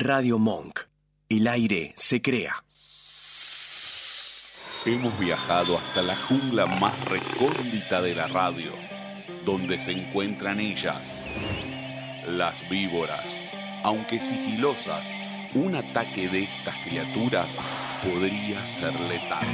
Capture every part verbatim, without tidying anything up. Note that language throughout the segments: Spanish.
Radio Monk. El aire se crea. Hemos viajado hasta la jungla más recóndita de la radio, donde se encuentran ellas, las víboras. Aunque sigilosas, un ataque de estas criaturas podría ser letal.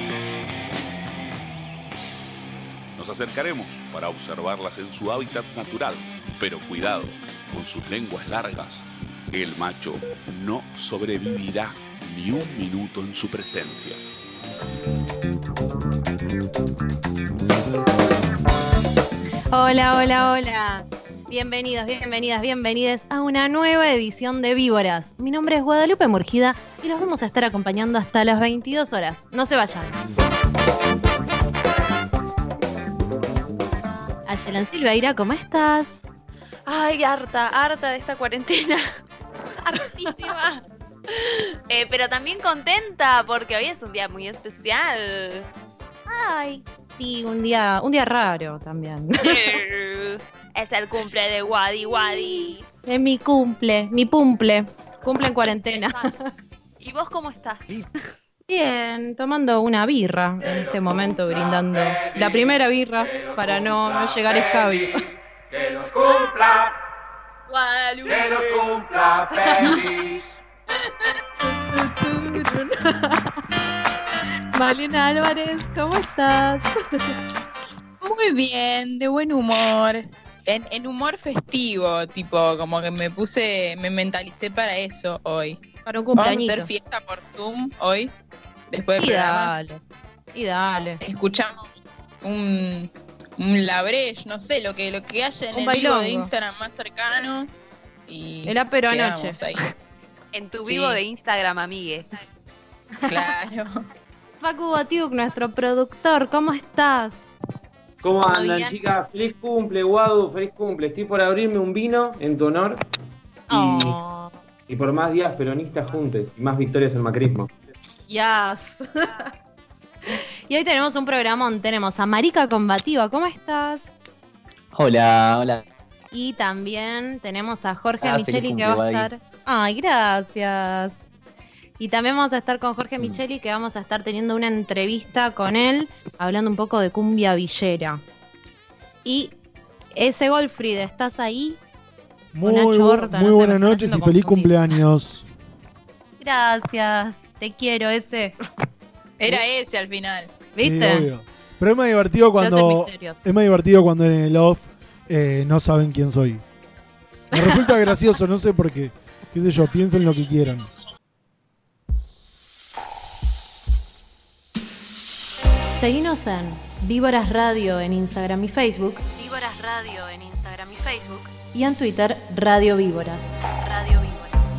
Nos acercaremos para observarlas en su hábitat natural, pero cuidado, con sus lenguas largas, el macho no sobrevivirá ni un minuto en su presencia. Hola, hola, hola. Bienvenidos, bienvenidas, bienvenides a una nueva edición de Víboras. Mi nombre es Guadalupe Murgida y los vamos a estar acompañando hasta las veintidós horas. No se vayan. Ayelen Silveira, ¿cómo estás? Ay, harta, harta de esta cuarentena. Hartísima. eh, pero también contenta porque hoy es un día muy especial. Ay, sí, un día, un día raro también. Es el cumple de Wadi Wadi. Es mi cumple, mi cumple. Cumple en cuarentena. ¿Y vos cómo estás? Bien, tomando una birra en este momento, brindando la primera birra para no, no llegar a escabio. Que los cumpla, Guadalupe. que los cumpla feliz. Malena Álvarez, ¿cómo estás? Muy bien, de buen humor. En, en humor festivo, tipo, como que me puse, me mentalicé para eso hoy. Para un Vamos a cumpleañito. hacer fiesta por Zoom hoy, después del Y programa. dale, y dale. Escuchamos un, un labrech, no sé, lo que, lo que haya en Un el bailongo. vivo de Instagram más cercano. Y Era pero quedamos anoche. ahí. En tu Sí. vivo de Instagram, amigue. Claro. Facu Batiuk, nuestro productor, ¿cómo estás? ¿Cómo ¿Todo andan, bien? chicas? Feliz cumple, Guadu, feliz cumple. Estoy por abrirme un vino en tu honor y, Oh, y por más días peronistas juntos y más victorias en macrismo. yes. Y hoy tenemos un programón, tenemos a Marica Combativa, ¿cómo estás? Hola, hola. Y también tenemos a Jorge Ah, Micheli feliz que va a cumple, estar... Ay, gracias. Y también vamos a estar con Jorge Mm. Micheli, que vamos a estar teniendo una entrevista con él, hablando un poco de cumbia villera. Y ese Golfrid, ¿estás ahí? Muy, Nacho bu- Horta, muy no sé, buenas me están noches y haciendo feliz confundir. cumpleaños. Gracias, te quiero ese. Era ese al final. ¿Viste? Sí, obvio. Pero es más divertido Se hacen cuando misterios. es más divertido cuando en el off eh, no saben quién soy. Me resulta gracioso, no sé por qué. Qué sé yo, piensen lo que quieran. Seguinos en Víboras Radio en Instagram y Facebook. Víboras Radio en Instagram y Facebook. Y en Twitter, Radio Víboras. Radio Víboras.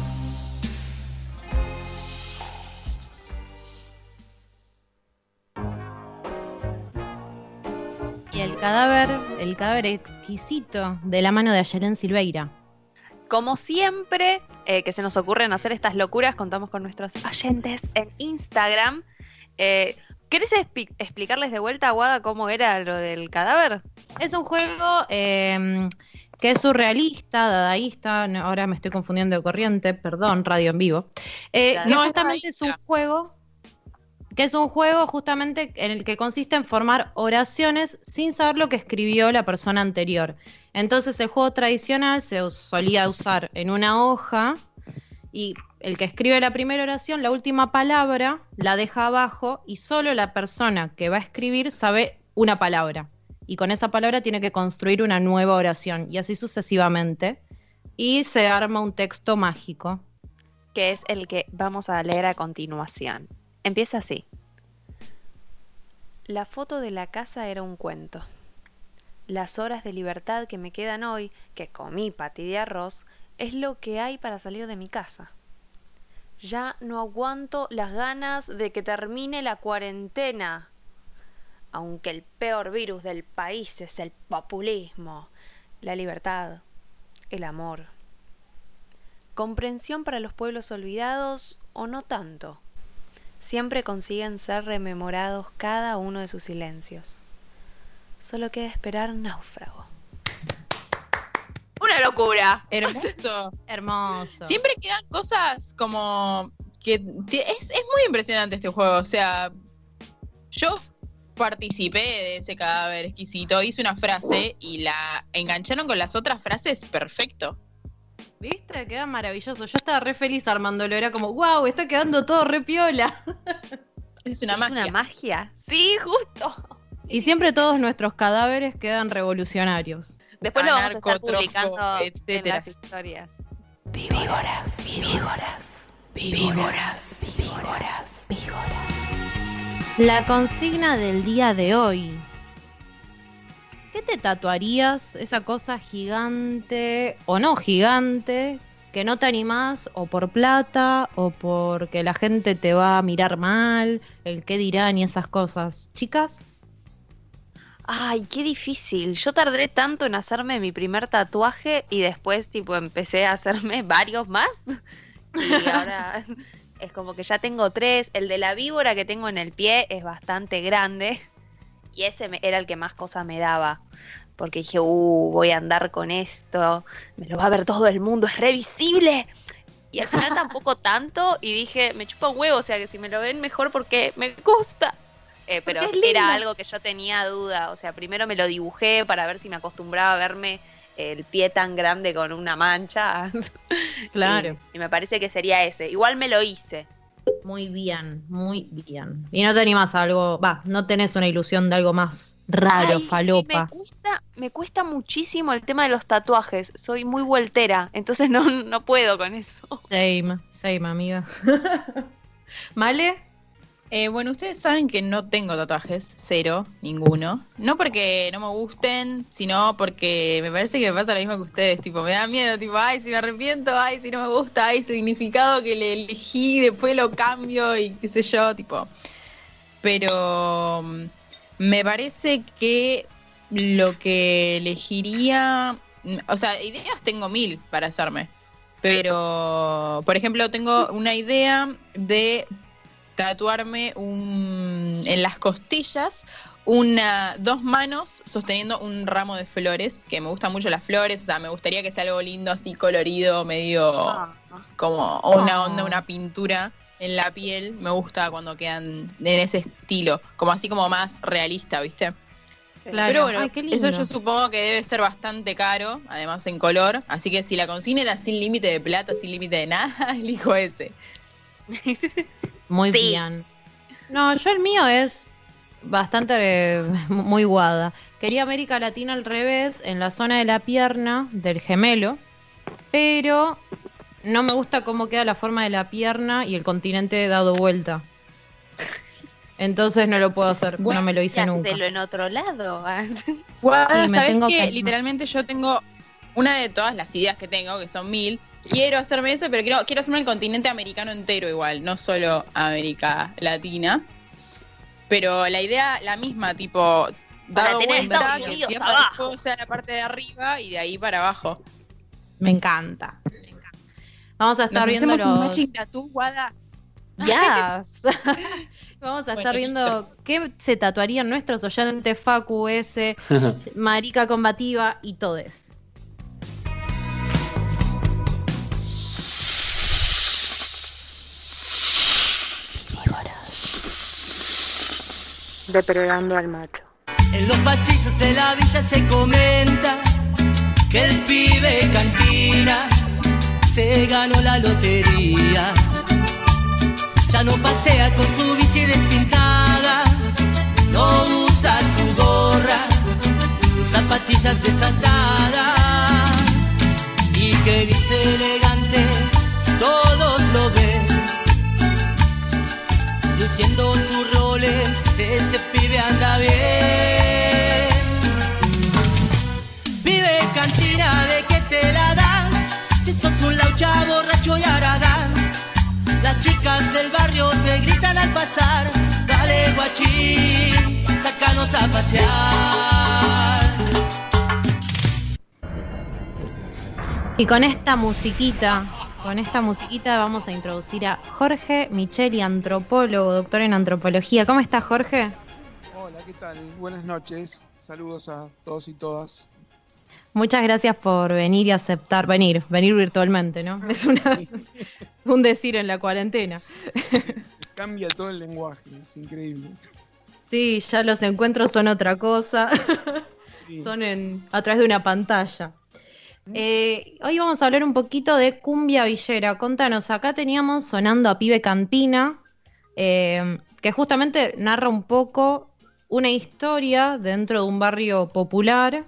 Y el cadáver, el cadáver exquisito de la mano de Ayelen Silveira. Como siempre, eh, que se nos ocurren hacer estas locuras, contamos con nuestros oyentes en Instagram. Eh, ¿Querés expi- explicarles de vuelta, Guada, cómo era lo del cadáver? Es un juego eh, que es surrealista, dadaísta, no, ahora me estoy confundiendo de corriente, perdón, radio en vivo. Eh, Claro. que No, es justamente es un dadaísta. juego, que es un juego justamente en el que consiste en formar oraciones sin saber lo que escribió la persona anterior. Entonces el juego tradicional se us- solía usar en una hoja y el que escribe la primera oración, la última palabra, la deja abajo y solo la persona que va a escribir sabe una palabra. Y con esa palabra tiene que construir una nueva oración y así sucesivamente. Y se arma un texto mágico. Que es el que vamos a leer a continuación. Empieza así. La foto de la casa era un cuento. Las horas de libertad que me quedan hoy, que comí patí de arroz, es lo que hay para salir de mi casa. Ya no aguanto las ganas de que termine la cuarentena. Aunque el peor virus del país es el populismo, la libertad, el amor. Comprensión para los pueblos olvidados o no tanto. Siempre consiguen ser rememorados cada uno de sus silencios. Solo queda esperar náufrago. Una locura. Hermoso. Hermoso. Siempre quedan cosas como que te- es, es muy impresionante este juego. O sea, yo participé de ese cadáver exquisito, hice una frase y la engancharon con las otras frases perfecto. ¿Viste? Queda maravilloso. Yo estaba re feliz armándolo. Era como, wow, está quedando todo re piola. Es una ¿Es magia. una magia? Sí, justo. Y siempre todos nuestros cadáveres quedan revolucionarios. Después lo vamos a estar Anarcotrófico, publicando en etcétera. las historias. Víboras, víboras, víboras, víboras, víboras. La consigna del día de hoy. ¿Qué te tatuarías? Esa cosa gigante o no gigante que no te animás o por plata o porque la gente te va a mirar mal, el qué dirán y esas cosas. ¿Chicas? Ay, qué difícil. Yo tardé tanto en hacerme mi primer tatuaje y después tipo empecé a hacerme varios más. Y ahora es como que ya tengo tres. El de la víbora que tengo en el pie es bastante grande. Y ese me- era el que más cosa me daba. Porque dije, uh, voy a andar con esto. Me lo va a ver todo el mundo, es re visible. Y al final tampoco tanto. Y dije, me chupa un huevo. O sea que si me lo ven mejor porque me gusta. Eh, pero Porque es lindo. era algo que yo tenía duda. O sea, primero me lo dibujé para ver si me acostumbraba a verme el pie tan grande con una mancha. Claro. Y, y me parece que sería ese. Igual me lo hice. Muy bien, muy bien. Y no te animás a algo, va, no tenés una ilusión de algo más raro, Ay, falopa. Me cuesta, me cuesta muchísimo el tema de los tatuajes. Soy muy vueltera, entonces no, no puedo con eso. Same, same, amiga. ¿Male? Eh, bueno, ustedes saben que no tengo tatuajes, cero, ninguno. No porque no me gusten, sino porque me parece que me pasa lo mismo que ustedes. Tipo, me da miedo, tipo, ay, si me arrepiento, ay, si no me gusta, ay, significado que le elegí, después lo cambio y qué sé yo, tipo. Pero mm, me parece que lo que elegiría, mm, o sea, ideas tengo mil para hacerme. Pero, por ejemplo, tengo una idea de tatuarme un, en las costillas una dos manos sosteniendo un ramo de flores, que me gustan mucho las flores, o sea, me gustaría que sea algo lindo, así colorido, medio Ah, como una onda, una pintura en la piel. Me gusta cuando quedan en ese estilo, como así como más realista, ¿viste? sí. Claro. Pero bueno, Ay, qué lindo. eso yo supongo que debe ser bastante caro, además en color, así que si la consigna era sin límite de plata, sin límite de nada, elijo ese. Muy Sí. bien. No, yo el mío es bastante eh, muy guada. Quería América Latina al revés, en la zona de la pierna del gemelo, pero no me gusta cómo queda la forma de la pierna y el continente dado vuelta. Entonces no lo puedo hacer, no me lo hice Y nunca. hacelo en otro lado. Guarda, Sí, me ¿sabes tengo qué? que- Literalmente yo tengo una de todas las ideas que tengo, que son mil. Quiero hacerme eso, pero quiero, quiero hacerme el continente americano entero igual, no solo América Latina. Pero la idea, la misma, tipo, Para dado tener vuelta, Estados que Unidos Tierra del abajo. Fuego sea la parte de arriba y de ahí para abajo. Me encanta. me encanta. Vamos a estar Nos viendo hacemos un los... matching tattoo, Guada. Yes. Vamos a Bueno, estar viendo qué se tatuarían nuestros oyentes, Facu, S, Marica Combativa y todes. Depredando al macho. En los pasillos de la villa se comenta que el pibe cantina se ganó la lotería. Ya no pasea con su bici despintada, no usa su gorra, ni zapatillas desatadas, y que viste elegante, todos lo ven, luciendo sus roles, ese pibe anda bien. Pibe cantina, ¿de qué te la das? Si sos un laucha, borracho y haragán. Las chicas del barrio te gritan al pasar, dale guachín, sácanos a pasear. Y con esta musiquita, con esta musiquita vamos a introducir a Jorge Micheli, antropólogo, doctor en antropología. ¿Cómo estás, Jorge? Hola, ¿qué tal? Buenas noches. Saludos a todos y todas. Muchas gracias por venir y aceptar, venir, venir virtualmente, ¿no? Es una, sí. un decir en la cuarentena. Sí, cambia todo el lenguaje, es increíble. Sí, ya los encuentros son otra cosa, sí. son en, a través de una pantalla. Eh, hoy vamos a hablar un poquito de cumbia villera. Contanos, acá teníamos sonando a Pibe Cantina, eh, que justamente narra un poco una historia dentro de un barrio popular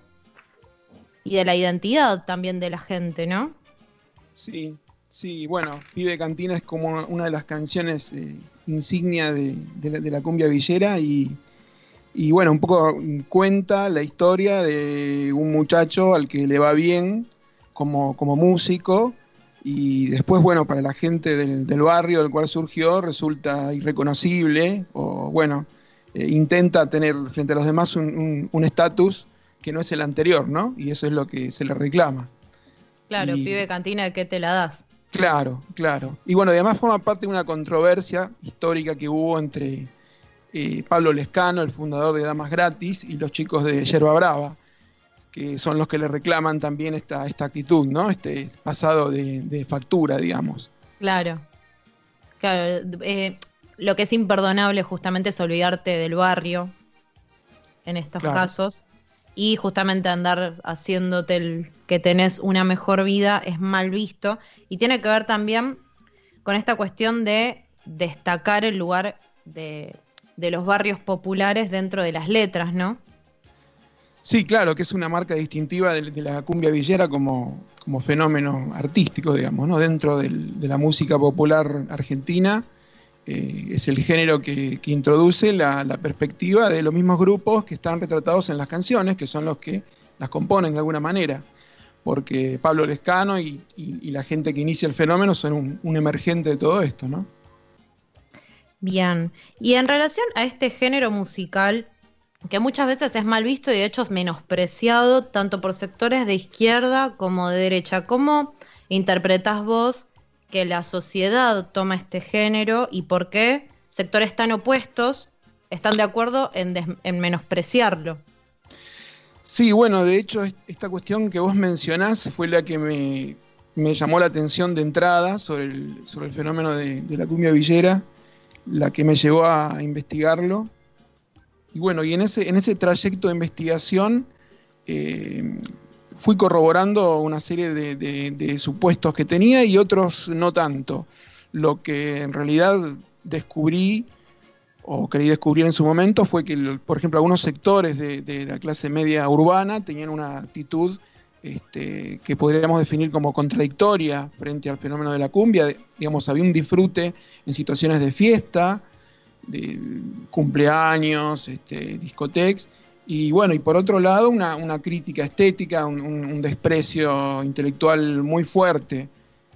y de la identidad también de la gente, ¿no? Sí, sí, bueno, Pibe Cantina es como una de las canciones eh, insignia de, de, la, de la cumbia villera y, y bueno, un poco cuenta la historia de un muchacho al que le va bien como, como músico y después, bueno, para la gente del, del barrio del cual surgió resulta irreconocible o, bueno, eh, intenta tener frente a los demás un estatus que no es el anterior, ¿no? Y eso es lo que se le reclama. Claro, y, Pibe Cantina, ¿qué te la das? Claro, claro. Y bueno, además forma parte de una controversia histórica que hubo entre eh, Pablo Lescano, el fundador de Damas Gratis, y los chicos de Yerba Brava, que son los que le reclaman también esta, esta actitud, ¿no? Este pasado de, de factura, digamos. Claro. Claro. Eh, lo que es imperdonable justamente es olvidarte del barrio, en estos claro. casos. Y justamente andar haciéndote el que tenés una mejor vida es mal visto. Y tiene que ver también con esta cuestión de destacar el lugar de, de los barrios populares dentro de las letras, ¿no? Sí, claro, que es una marca distintiva de, de la cumbia villera como, como fenómeno artístico, digamos, ¿no? Dentro del, de la música popular argentina. Eh, es el género que, que introduce la, la perspectiva de los mismos grupos que están retratados en las canciones, que son los que las componen de alguna manera, porque Pablo Lescano y, y, y la gente que inicia el fenómeno son un, un emergente de todo esto, ¿no? Bien, y en relación a este género musical, que muchas veces es mal visto y de hecho es menospreciado tanto por sectores de izquierda como de derecha, ¿cómo interpretás vos que la sociedad toma este género y por qué sectores tan opuestos están de acuerdo en, des- en menospreciarlo? Sí, bueno, de hecho esta cuestión que vos mencionás fue la que me, me llamó la atención de entrada sobre el, sobre el fenómeno de, de la cumbia villera, la que me llevó a investigarlo. Y bueno, y en ese, en ese trayecto de investigación eh, fui corroborando una serie de, de, de supuestos que tenía y otros no tanto. Lo que en realidad descubrí, o creí descubrir en su momento, fue que, por ejemplo, algunos sectores de, de la clase media urbana tenían una actitud este, que podríamos definir como contradictoria frente al fenómeno de la cumbia. Digamos, había un disfrute en situaciones de fiesta, de cumpleaños, este, discotecas, y bueno, y por otro lado una, una crítica estética, un, un, un desprecio intelectual muy fuerte.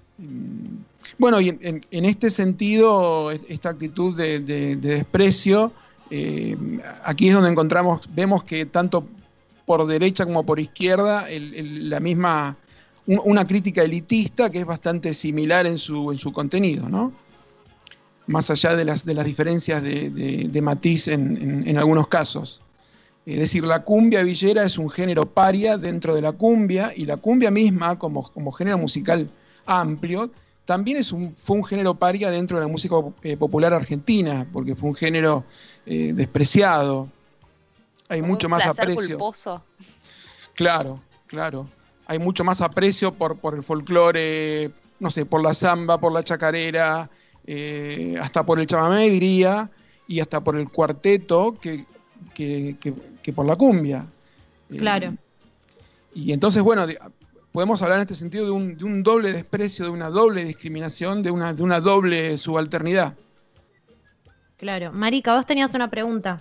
Bueno, y en, en este sentido, esta actitud de, de, de desprecio, eh, aquí es donde encontramos, vemos que tanto por derecha como por izquierda, el, el, la misma, un, una crítica elitista que es bastante similar en su, en su contenido, ¿no? Más allá de las, de las diferencias de, de, de matiz en, en, en algunos casos. Es decir, la cumbia villera es un género paria dentro de la cumbia, y la cumbia misma, como, como género musical amplio, también es un, fue un género paria dentro de la música eh, popular argentina, porque fue un género eh, despreciado. Hay Como mucho un más placer aprecio. Culposo. Claro, claro. Hay mucho más aprecio por, por el folclore, no sé, por la samba, por la chacarera, eh, hasta por el chamamé, diría, y hasta por el cuarteto, que Que, que, que por la cumbia. Claro. Eh, y entonces, bueno, de, podemos hablar en este sentido de un, de un doble desprecio, de una doble discriminación, de una, de una doble subalternidad. Claro. Marica, vos tenías una pregunta.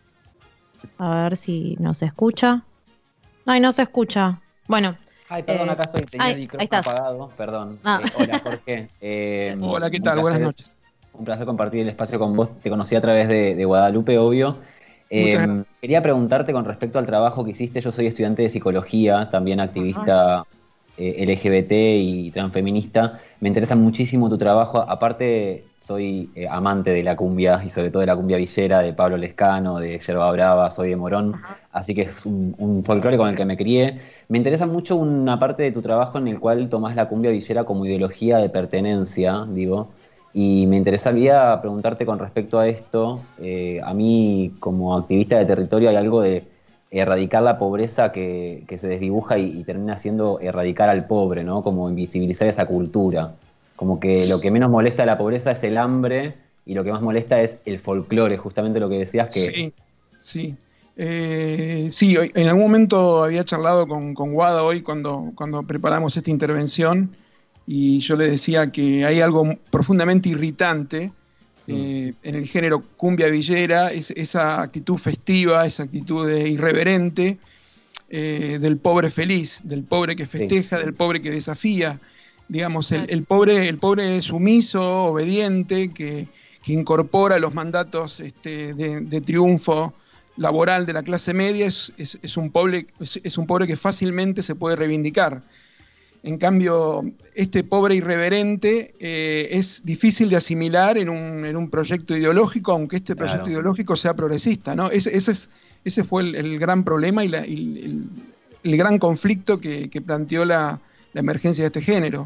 A ver si nos escucha. Ay, no se escucha. Bueno. Ay, perdón, eh, acá estoy, tenía ay, el micrófono apagado, perdón. Ah. Eh, hola, Jorge. Eh, Hola, ¿qué un tal? placer, Buenas noches. Un placer compartir el espacio con vos. Te conocí a través de, de Guadalupe, obvio. Eh, quería preguntarte con respecto al trabajo que hiciste. Yo soy estudiante de psicología, también activista eh, L G B T y transfeminista. Me interesa muchísimo tu trabajo. Aparte, soy eh, amante de la cumbia y sobre todo de la cumbia villera, de Pablo Lescano, de Yerba Brava, soy de Morón. Así que es un, un folclore con el que me crié. Me interesa mucho una parte de tu trabajo en el cual tomás la cumbia villera como ideología de pertenencia, digo. Y me interesaría preguntarte con respecto a esto. Eh, a mí, como activista de territorio, hay algo de erradicar la pobreza que, que se desdibuja y, y termina siendo erradicar al pobre, ¿no? Como invisibilizar esa cultura. Como que lo que menos molesta de la pobreza es el hambre y lo que más molesta es el folclore, justamente lo que decías que... Sí, sí. Eh, sí, en algún momento había charlado con, con Guada hoy cuando, cuando preparamos esta intervención y yo le decía que hay algo profundamente irritante eh, en el género cumbia villera, es, esa actitud festiva, esa actitud de irreverente eh, del pobre feliz, del pobre que festeja, sí. Del pobre que desafía. Digamos, el, el, pobre, el pobre sumiso, obediente, que, que incorpora los mandatos este, de, de triunfo laboral de la clase media, es, es, es, un pobre, es, es un pobre que fácilmente se puede reivindicar. En cambio, este pobre irreverente eh, es difícil de asimilar en un, en un proyecto ideológico, aunque este proyecto claro. ideológico sea progresista, ¿no? Ese, ese, es, ese fue el, el gran problema y, la, y el, el gran conflicto que, que planteó la, la emergencia de este género.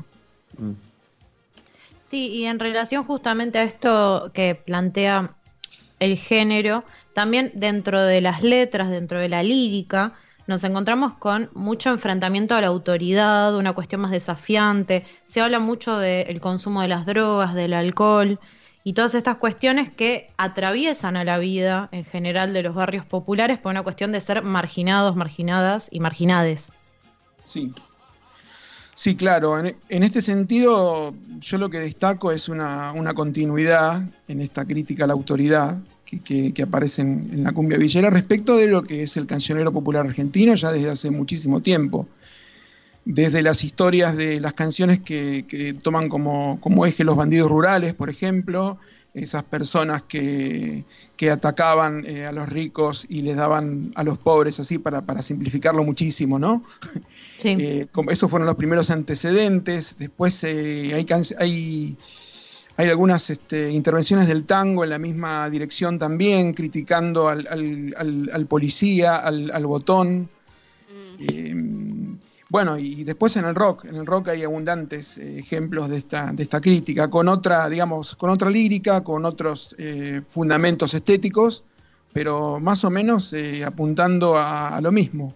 Sí, y en relación justamente a esto que plantea el género, también dentro de las letras, dentro de la lírica, nos encontramos con mucho enfrentamiento a la autoridad, una cuestión más desafiante. Se habla mucho del consumo de las drogas, del alcohol y todas estas cuestiones que atraviesan a la vida en general de los barrios populares por una cuestión de ser marginados, marginadas y marginades. Sí. Sí, claro. En, en este sentido, yo lo que destaco es una, una continuidad en esta crítica a la autoridad que, que, que aparece en, en la cumbia villera respecto de lo que es el cancionero popular argentino ya desde hace muchísimo tiempo. Desde las historias de las canciones que, que toman como, como eje los bandidos rurales, por ejemplo, esas personas que, que atacaban eh, a los ricos y les daban a los pobres, así para, para simplificarlo muchísimo, ¿no? Sí. Eh, como esos fueron los primeros antecedentes. Después eh, hay, hay, hay algunas este, intervenciones del tango en la misma dirección también, criticando al, al, al, al policía, al, al botón. Mm. Eh, bueno, y después en el rock, en el rock hay abundantes eh, ejemplos de esta, de esta crítica, con otra, digamos, con otra lírica, con otros eh, fundamentos estéticos, pero más o menos eh, apuntando a, a lo mismo.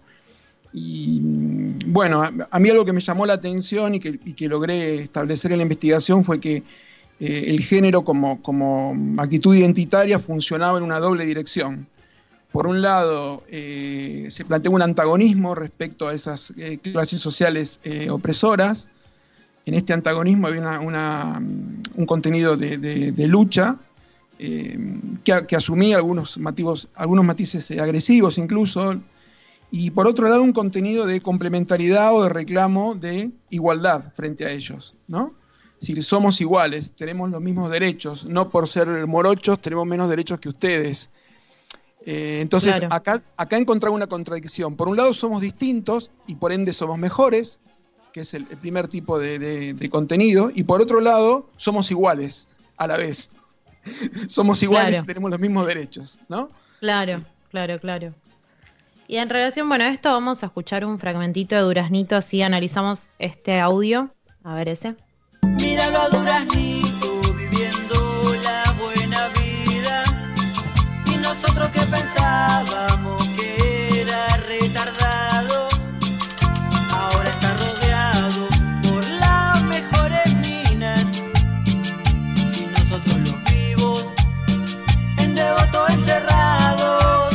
Y bueno, a, a mí algo que me llamó la atención y que, y que logré establecer en la investigación fue que eh, el género como, como actitud identitaria funcionaba en una doble dirección. Por un lado, eh, se plantea un antagonismo respecto a esas eh, clases sociales eh, opresoras. En este antagonismo había una, una, un contenido de, de, de lucha eh, que, que asumía algunos, motivos, algunos matices eh, agresivos incluso. Y por otro lado, un contenido de complementariedad o de reclamo de igualdad frente a ellos, ¿no? Es decir, somos iguales, tenemos los mismos derechos, no por ser morochos tenemos menos derechos que ustedes. Eh, entonces, claro. acá, acá encontramos una contradicción. Por un lado, somos distintos y por ende somos mejores, que es el, el primer tipo de, de, de contenido, y por otro lado, somos iguales a la vez. Somos iguales claro. y tenemos los mismos derechos, ¿no? Claro, claro, claro. Y en relación, bueno, a esto vamos a escuchar un fragmentito de Duraznito, así analizamos este audio. A ver ese. Míralo a Duraznito viviendo la buena vida. Y nosotros que pensábamos que era retardado, ahora está rodeado por las mejores minas. Y nosotros los vivos en devoto encerrados.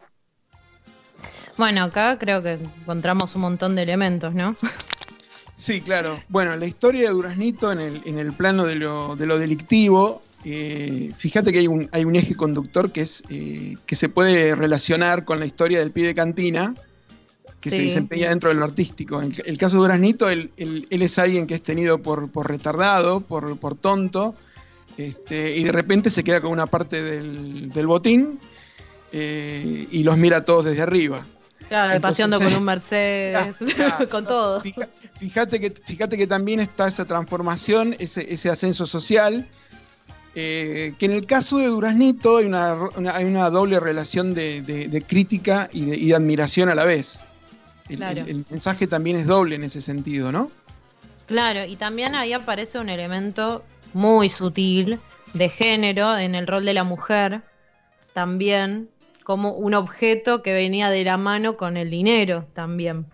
Bueno, acá creo que encontramos un montón de elementos, ¿no? Sí, claro. Bueno, la historia de Duraznito en el, en el plano de lo, de lo delictivo, eh, fíjate que hay un, hay un eje conductor que, es, eh, que se puede relacionar con la historia del pibe cantina, que sí. se desempeña dentro de lo artístico. En el, el caso de Duraznito, él, él, él es alguien que es tenido por, por retardado, por, por tonto, este, y de repente se queda con una parte del, del botín eh, y los mira a todos desde arriba. Claro, Entonces, paseando con eh, un Mercedes, claro, con todo. Fija- Fíjate que, fíjate que también está esa transformación, ese, ese ascenso social, eh, que en el caso de Duraznito hay una, una- hay una doble relación de, de- de crítica y de, y de admiración a la vez. El, Claro. el- el mensaje también es doble en ese sentido, ¿no? Claro, y también ahí aparece un elemento muy sutil de género en el rol de la mujer, también como un objeto que venía de la mano con el dinero también.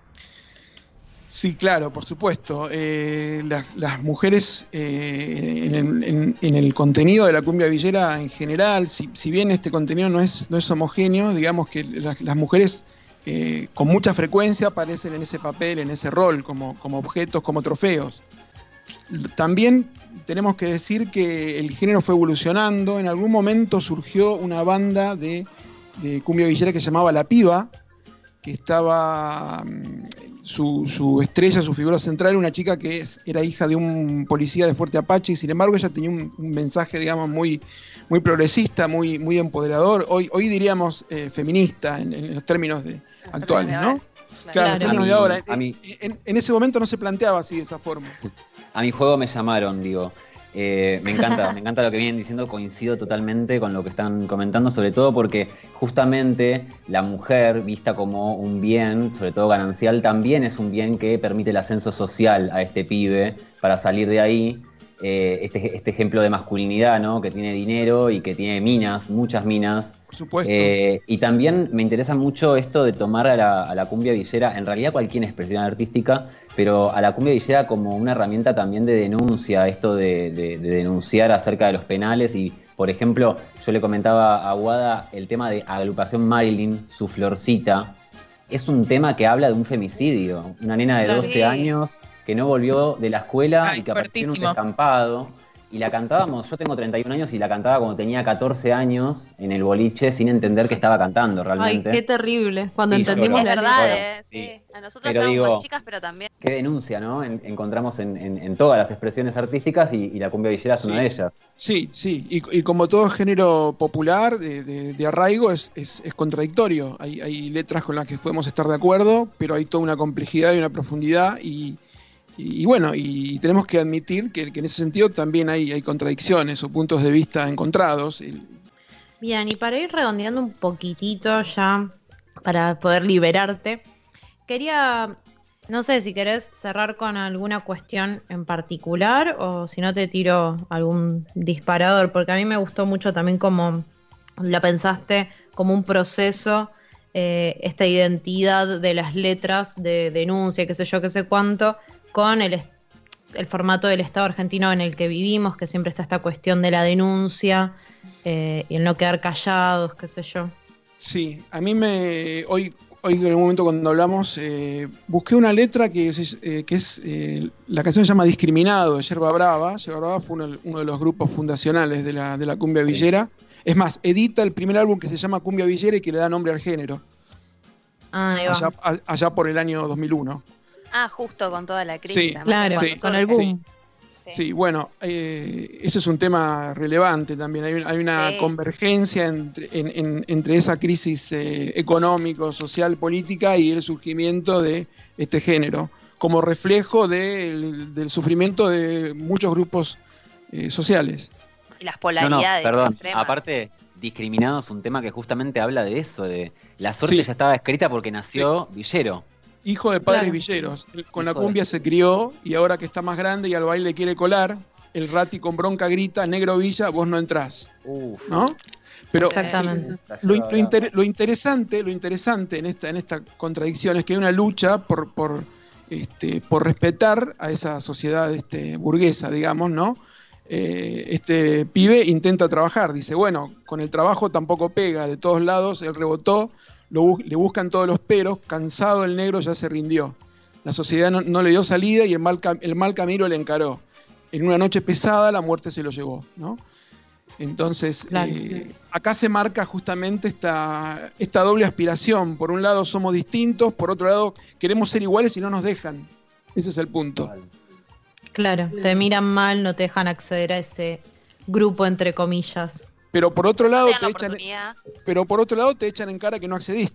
Sí, claro, por supuesto. Eh, las, las mujeres eh, en, en- en el contenido de la cumbia villera en general, si, si bien este contenido no es, no es homogéneo, digamos que las, las mujeres eh, con mucha frecuencia aparecen en ese papel, en ese rol, como, como objetos, como trofeos. También tenemos que decir que el género fue evolucionando. En algún momento surgió una banda de, de cumbia villera que se llamaba La Piba, que estaba mm, su, su estrella, su figura central, una chica que es- era hija de un policía de Fuerte Apache, y sin embargo ella tenía un, un mensaje, digamos, muy, muy progresista, muy, muy empoderador, hoy, hoy diríamos eh, feminista en, en los términos de, actuales, ¿no? Claro, en los A términos mí- de ahora. a mí- En, en ese momento no se planteaba así de esa forma. A mi juego me llamaron, digo. Eh, me encanta, me encanta lo que vienen diciendo, coincido totalmente con lo que están comentando, sobre todo porque justamente la mujer, vista como un bien, sobre todo ganancial, también es un bien que permite el ascenso social a este pibe para salir de ahí. Eh, este, este ejemplo de masculinidad, ¿no? Que tiene dinero y que tiene minas, muchas minas. Por supuesto. Eh, y también me interesa mucho esto de tomar a la, a la cumbia villera, en realidad cualquier expresión artística, pero a la cumbia villera como una herramienta también de denuncia, esto de, de- de denunciar acerca de los penales. Y, por ejemplo, yo le comentaba a Guada el tema de Agrupación Marilyn, su florcita. Es un tema que habla de un femicidio, una nena de Claro. doce Sí. años que no volvió de la escuela Ay, y que apareció en un fuertísimo. descampado. Y la cantábamos, yo tengo treinta y un años y la cantaba cuando tenía catorce años en el boliche sin entender que estaba cantando Ay, realmente. qué terrible. Cuando Sí, yo entendimos lloro. la Es verdad, Bueno, eh, sí. sí. A nosotros Pero éramos digo- más chicas, pero también. Qué denuncia, ¿no? En- encontramos en, en- en todas las expresiones artísticas y, y la cumbia villera es Sí. una de ellas. Sí, sí, y, y como todo género popular de, de- de arraigo es, es- es contradictorio. Hay, hay letras con las que podemos estar de acuerdo, pero hay toda una complejidad y una profundidad y, y- y bueno, y tenemos que admitir que, que en ese sentido también hay, hay contradicciones o puntos de vista encontrados. El- Bien, y para ir redondeando un poquitito ya, para poder liberarte, quería, no sé si querés cerrar con alguna cuestión en particular o si no te tiro algún disparador, porque a mí me gustó mucho también como la pensaste como un proceso, eh, esta identidad de las letras de denuncia, qué sé yo, qué sé cuánto, con el, est- el formato del Estado argentino en el que vivimos, que siempre está esta cuestión de la denuncia eh, y el no quedar callados, qué sé yo. Sí, a mí me. Hoy, hoy en un momento cuando hablamos, eh, busqué una letra que es. eh, que es eh, la canción se llama Discriminado, de Yerba Brava. Yerba Brava fue uno, uno de los grupos fundacionales de la, de la cumbia villera. Es más, edita el primer álbum que se llama Cumbia Villera y que le da nombre al género, Ah, ahí va. allá, a- allá por el año dos mil uno. Ah, justo con toda la crisis. Sí, además, Claro, Sí, cuando con todo- el boom. Sí, bueno, eh, ese es un tema relevante también. Hay, un- hay una Sí. convergencia entre, en- en- entre esa crisis eh, económico, social, política y el surgimiento de este género, como reflejo del, del sufrimiento de muchos grupos eh, sociales. Y las No, no, polaridades perdón. extremas. Aparte, discriminado es un tema que justamente habla de eso, de la suerte Sí. ya estaba escrita porque nació Villero. Hijo de padres Claro. villeros. Él con la Hijo de- cumbia se crió y ahora que está más grande y al baile quiere colar, el rati con bronca grita, negro Villa, vos no entrás. Uf. ¿No? Pero Exactamente. Lo, lo inter- lo interesante, lo interesante en esta, en esta contradicción es que hay una lucha por, por, este, por respetar a esa sociedad este, burguesa, digamos, ¿no? Eh, este pibe intenta trabajar, dice, bueno, con el trabajo tampoco pega, de todos lados, él rebotó, lo bu- le buscan todos los peros, cansado el negro ya se rindió. La sociedad no, no le dio salida y el mal, cam- el mal camino le encaró. En una noche pesada la muerte se lo llevó, ¿no? Entonces, Claro. eh, acá se marca justamente esta, esta doble aspiración. Por un lado somos distintos, por otro lado queremos ser iguales y no nos dejan. Ese es el punto. Claro, te miran mal, no te dejan acceder a ese grupo, entre comillas. Pero por otro No lado te dan te la echan, oportunidad. pero por otro lado te echan en cara que no accediste.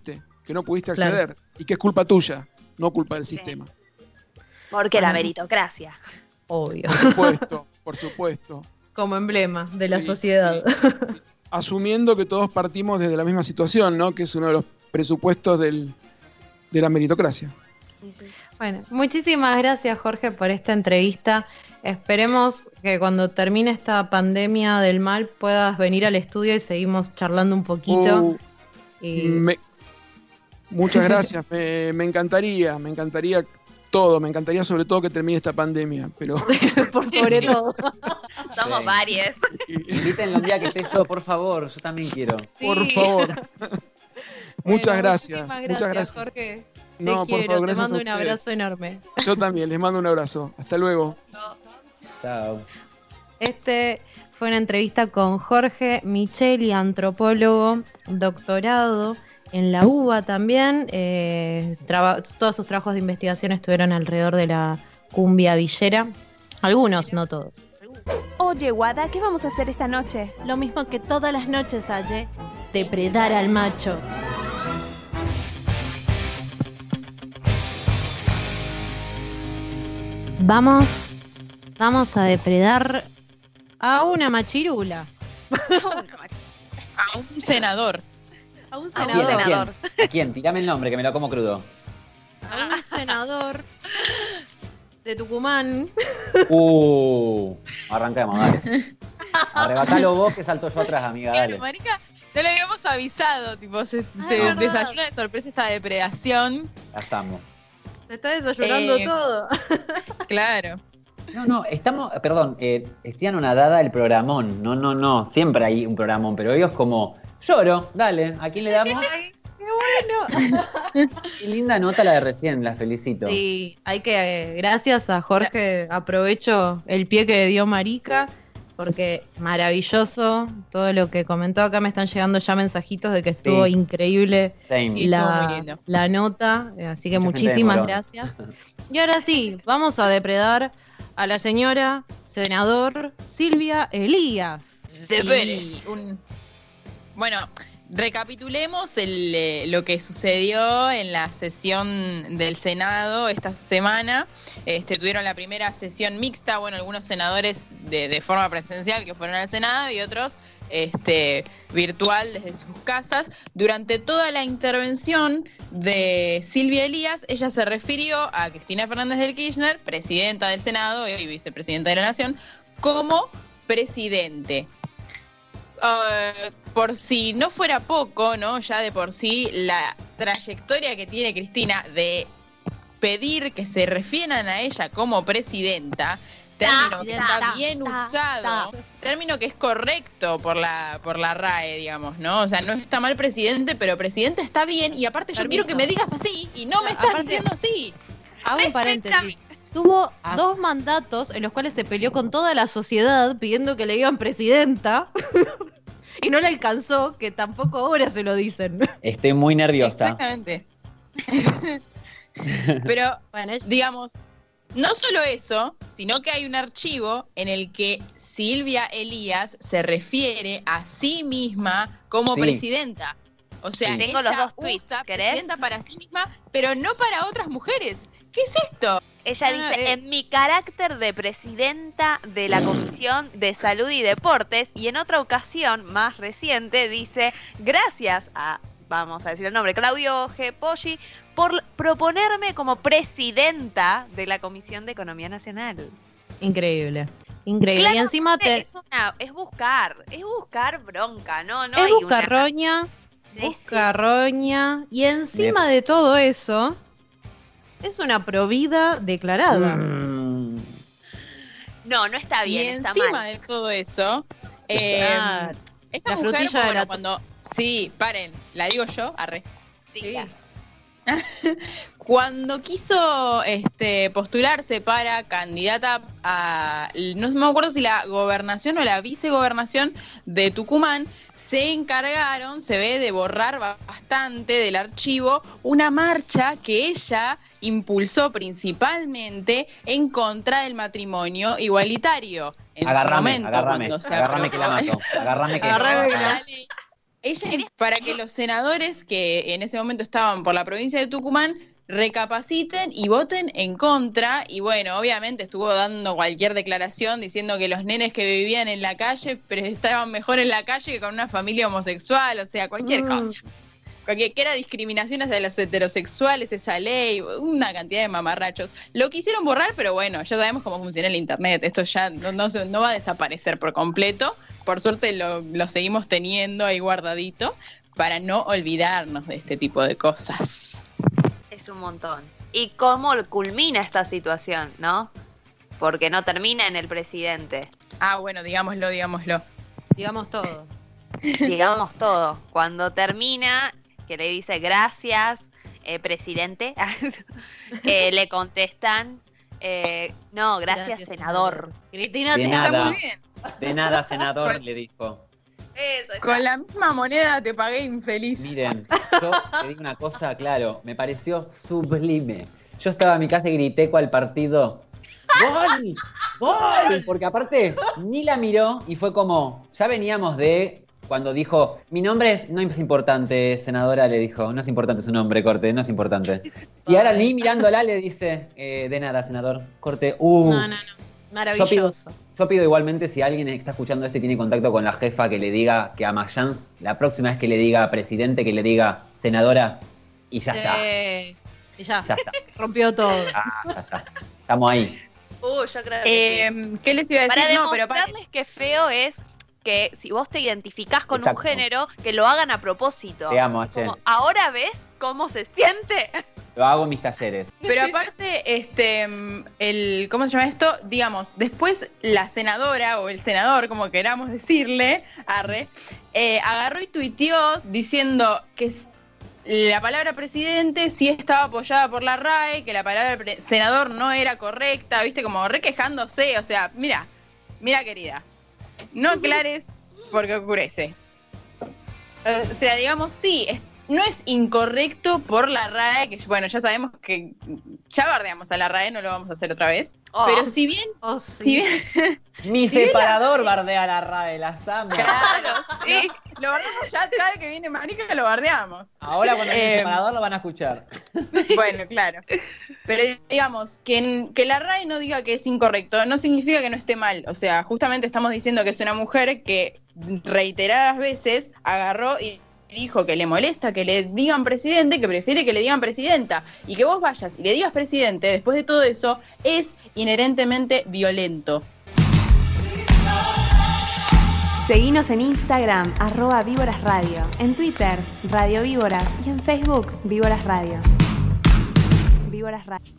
que no pudiste Claro. acceder y que es culpa tuya, no culpa del sistema. Porque la Bueno. meritocracia. Obvio. Por supuesto, por supuesto. Como emblema de la Sí, sociedad. sí. Asumiendo que todos partimos desde la misma situación, ¿no? Que es uno de los presupuestos del, de la meritocracia. Bueno, muchísimas gracias, Jorge, por esta entrevista. Esperemos que cuando termine esta pandemia del mal puedas venir al estudio y seguimos charlando un poquito. Uh, Y- me- muchas gracias, me, me encantaría, me encantaría todo, me encantaría sobre todo que termine esta pandemia, pero por sobre todo. Somos Sí. varias. Invítenlo un día que esté yo, por favor, yo también quiero. por Sí. favor. Bueno, Muchas gracias, muchísimas muchas gracias. Jorge. Te No, por quiero, favor, te gracias mando a un ustedes. abrazo enorme. Yo también, les mando un abrazo. Hasta luego. Chao. Este fue una entrevista con Jorge Micheli, antropólogo, doctorado en la U B A también. eh, traba- todos sus trabajos de investigación estuvieron alrededor de la cumbia villera. Algunos, no todos. Oye, Wada, ¿qué vamos a hacer esta noche? Lo mismo que todas las noches, Aye. Depredar al macho. Vamos, vamos a depredar a una machirula. A un senador. A un ¿A quién? senador. ¿A quién? ¿A quién? Tirame el nombre que me lo como crudo. A un senador de Tucumán. Uh, arrancamos, dale. Arrebatalo vos que salto yo atrás, amiga, Claro, dale. marica, no le habíamos avisado, tipo, se, Ah, se es verdad. desayuna de sorpresa esta depredación. Ya estamos. Se está desayunando Eh, todo. Claro. No, no, estamos, perdón, eh, estoy anonadada el programón. No, no, no, siempre hay un programón, pero hoy es como, lloro, dale, ¿a quién le damos? ¡Qué bueno! Qué linda nota la de recién, la felicito. Sí, hay que, eh, gracias a Jorge, aprovecho el pie que dio Marica, porque maravilloso todo lo que comentó. Acá me están llegando ya mensajitos de que estuvo Sí. increíble Same. Sí, estuvo muy la, lindo. la nota, eh, así que Mucha gente de muchísimas Morón. gracias. Y ahora sí, vamos a depredar a la señora senador Silvia Elías. De Pérez. Un... Bueno, recapitulemos el, eh, lo que sucedió en la sesión del Senado esta semana. Este, tuvieron la primera sesión mixta, bueno, algunos senadores de, de forma presencial que fueron al Senado y otros este, virtual desde sus casas. Durante toda la intervención de Silvia Elías, ella se refirió a Cristina Fernández de Kirchner, presidenta del Senado y vicepresidenta de la Nación, como presidente. Uh, por si no fuera poco, ¿no? Ya de por sí la trayectoria que tiene Cristina de pedir que se refieran a ella como presidenta, término que está ta, bien ta, usado, término que es correcto por la por la R A E, digamos, ¿no? O sea, no está mal presidente, pero presidente está bien y aparte yo Permiso. quiero que me digas así y no me estás Aparte- diciendo así. Hago un paréntesis. Tuvo Ah. dos mandatos en los cuales se peleó con toda la sociedad pidiendo que le digan presidenta y no le alcanzó, que tampoco ahora se lo dicen. Estoy muy nerviosa. Exactamente. Pero, Bueno, es- digamos, no solo eso, sino que hay un archivo en el que Silvia Elías se refiere a sí misma como Sí. presidenta. O sea, Sí. Tengo ella los dos tweets, usa ¿querés? presidenta para sí misma, pero no para otras mujeres. ¿Qué es esto? Ella Ah, dice, eh. en mi carácter de presidenta de la Comisión de Salud y Deportes, y en otra ocasión más reciente dice, gracias a, vamos a decir el nombre, Claudio G. Poggi, por proponerme como presidenta de la Comisión de Economía Nacional. increíble. Increíble. Y encima te, Es, una, es buscar, es buscar bronca, ¿no? no es hay una- buscarroña, Sí, sí. buscarroña. Y encima de todo eso, es una provida declarada. Mm, No, no está bien, y está encima mal. de todo eso, eh, Ah, esta la mujer, frutilla de bueno, la- cuando... Sí, paren, la digo yo, arre. Diga. Cuando quiso este, postularse para candidata a, no me acuerdo si la gobernación o la vicegobernación de Tucumán, se encargaron, se ve, de borrar bastante del archivo una marcha que ella impulsó principalmente en contra del matrimonio igualitario. En su Agarrame, momento, agarrame, cuando se agarrame que la aprobó- mato. Agarrame que Agarrame que la- la ley, ella para que los senadores que en ese momento estaban por la provincia de Tucumán recapaciten y voten en contra, y bueno, obviamente estuvo dando cualquier declaración diciendo que los nenes que vivían en la calle pero estaban mejor en la calle que con una familia homosexual, o sea, cualquier Mm. cosa. Que, que era discriminación hacia los heterosexuales, esa ley, una cantidad de mamarrachos. Lo quisieron borrar, pero bueno, ya sabemos cómo funciona el internet. Esto ya no, no, se- no va a desaparecer por completo. Por suerte lo, lo seguimos teniendo ahí guardadito para no olvidarnos de este tipo de cosas. Es un montón. ¿Y cómo culmina esta situación, no? Porque no termina en el presidente. Ah, bueno, digámoslo, digámoslo. Digamos todo. Digamos todo. Cuando termina, que le dice gracias, eh, presidente, eh, le contestan, eh, no, gracias, Gracias, senador. Cristina, De te nada. Está muy bien. De nada, senador, le dijo. Eso está. Con la misma moneda te pagué infeliz. Miren, yo te digo una cosa, claro, me pareció sublime. Yo estaba en mi casa y grité cual partido. ¡Gol! ¡Gol! Porque aparte ni la miró y fue como, ya veníamos de cuando dijo, mi nombre es, no es importante, senadora, le dijo, no es importante su nombre, corte, no es importante. Y ahora ni mirándola le dice, eh, de nada, senador, corte, uh. No, no, no. Yo pido, Maravilloso. yo pido igualmente, si alguien está escuchando esto y tiene contacto con la jefa, que le diga que a Mayans, la próxima vez que le diga presidente, que le diga senadora, y ya está. Eh, y ya, Ya está. rompió todo. Ah, ya está. Estamos ahí. Uh, yo creo que sí. Eh, ¿Qué les iba a decir? Para No, pero para- demostrarles que feo es que si vos te identificás con Exacto. un género, que lo hagan a propósito. Te amo, H. Como, ¿ahora ves cómo se siente? Lo hago en mis talleres. Pero aparte, este, mm, el, ¿cómo se llama esto? Digamos, después la senadora o el senador, como queramos decirle, arre, eh, agarró y tuiteó diciendo que s- la palabra presidente sí estaba apoyada por la R A E, que la palabra pre- senador no era correcta, viste, como re quejándose, o sea, mira, mira querida, no aclares porque oscurece. O sea, digamos, sí, es- no es incorrecto por la R A E, que bueno, ya sabemos que ya bardeamos a la R A E, no lo vamos a hacer otra vez. Oh. Pero si bien, Oh, si sí. bien, Mi Si bien separador bardea la R A E, las amo. claro, sí, lo bardeamos ya, cada vez que viene Marica lo bardeamos. Ahora cuando mi Eh, separador lo van a escuchar. Bueno, claro. Pero digamos, que, que la R A E no diga que es incorrecto, no significa que no esté mal. O sea, justamente estamos diciendo que es una mujer que reiteradas veces agarró y dijo que le molesta que le digan presidente, que prefiere que le digan presidenta. Y que vos vayas y le digas presidente, después de todo eso, es inherentemente violento. Seguinos en Instagram, arroba Víboras Radio, en Twitter, Radio Víboras y en Facebook, Víboras Radio. Víboras Radio.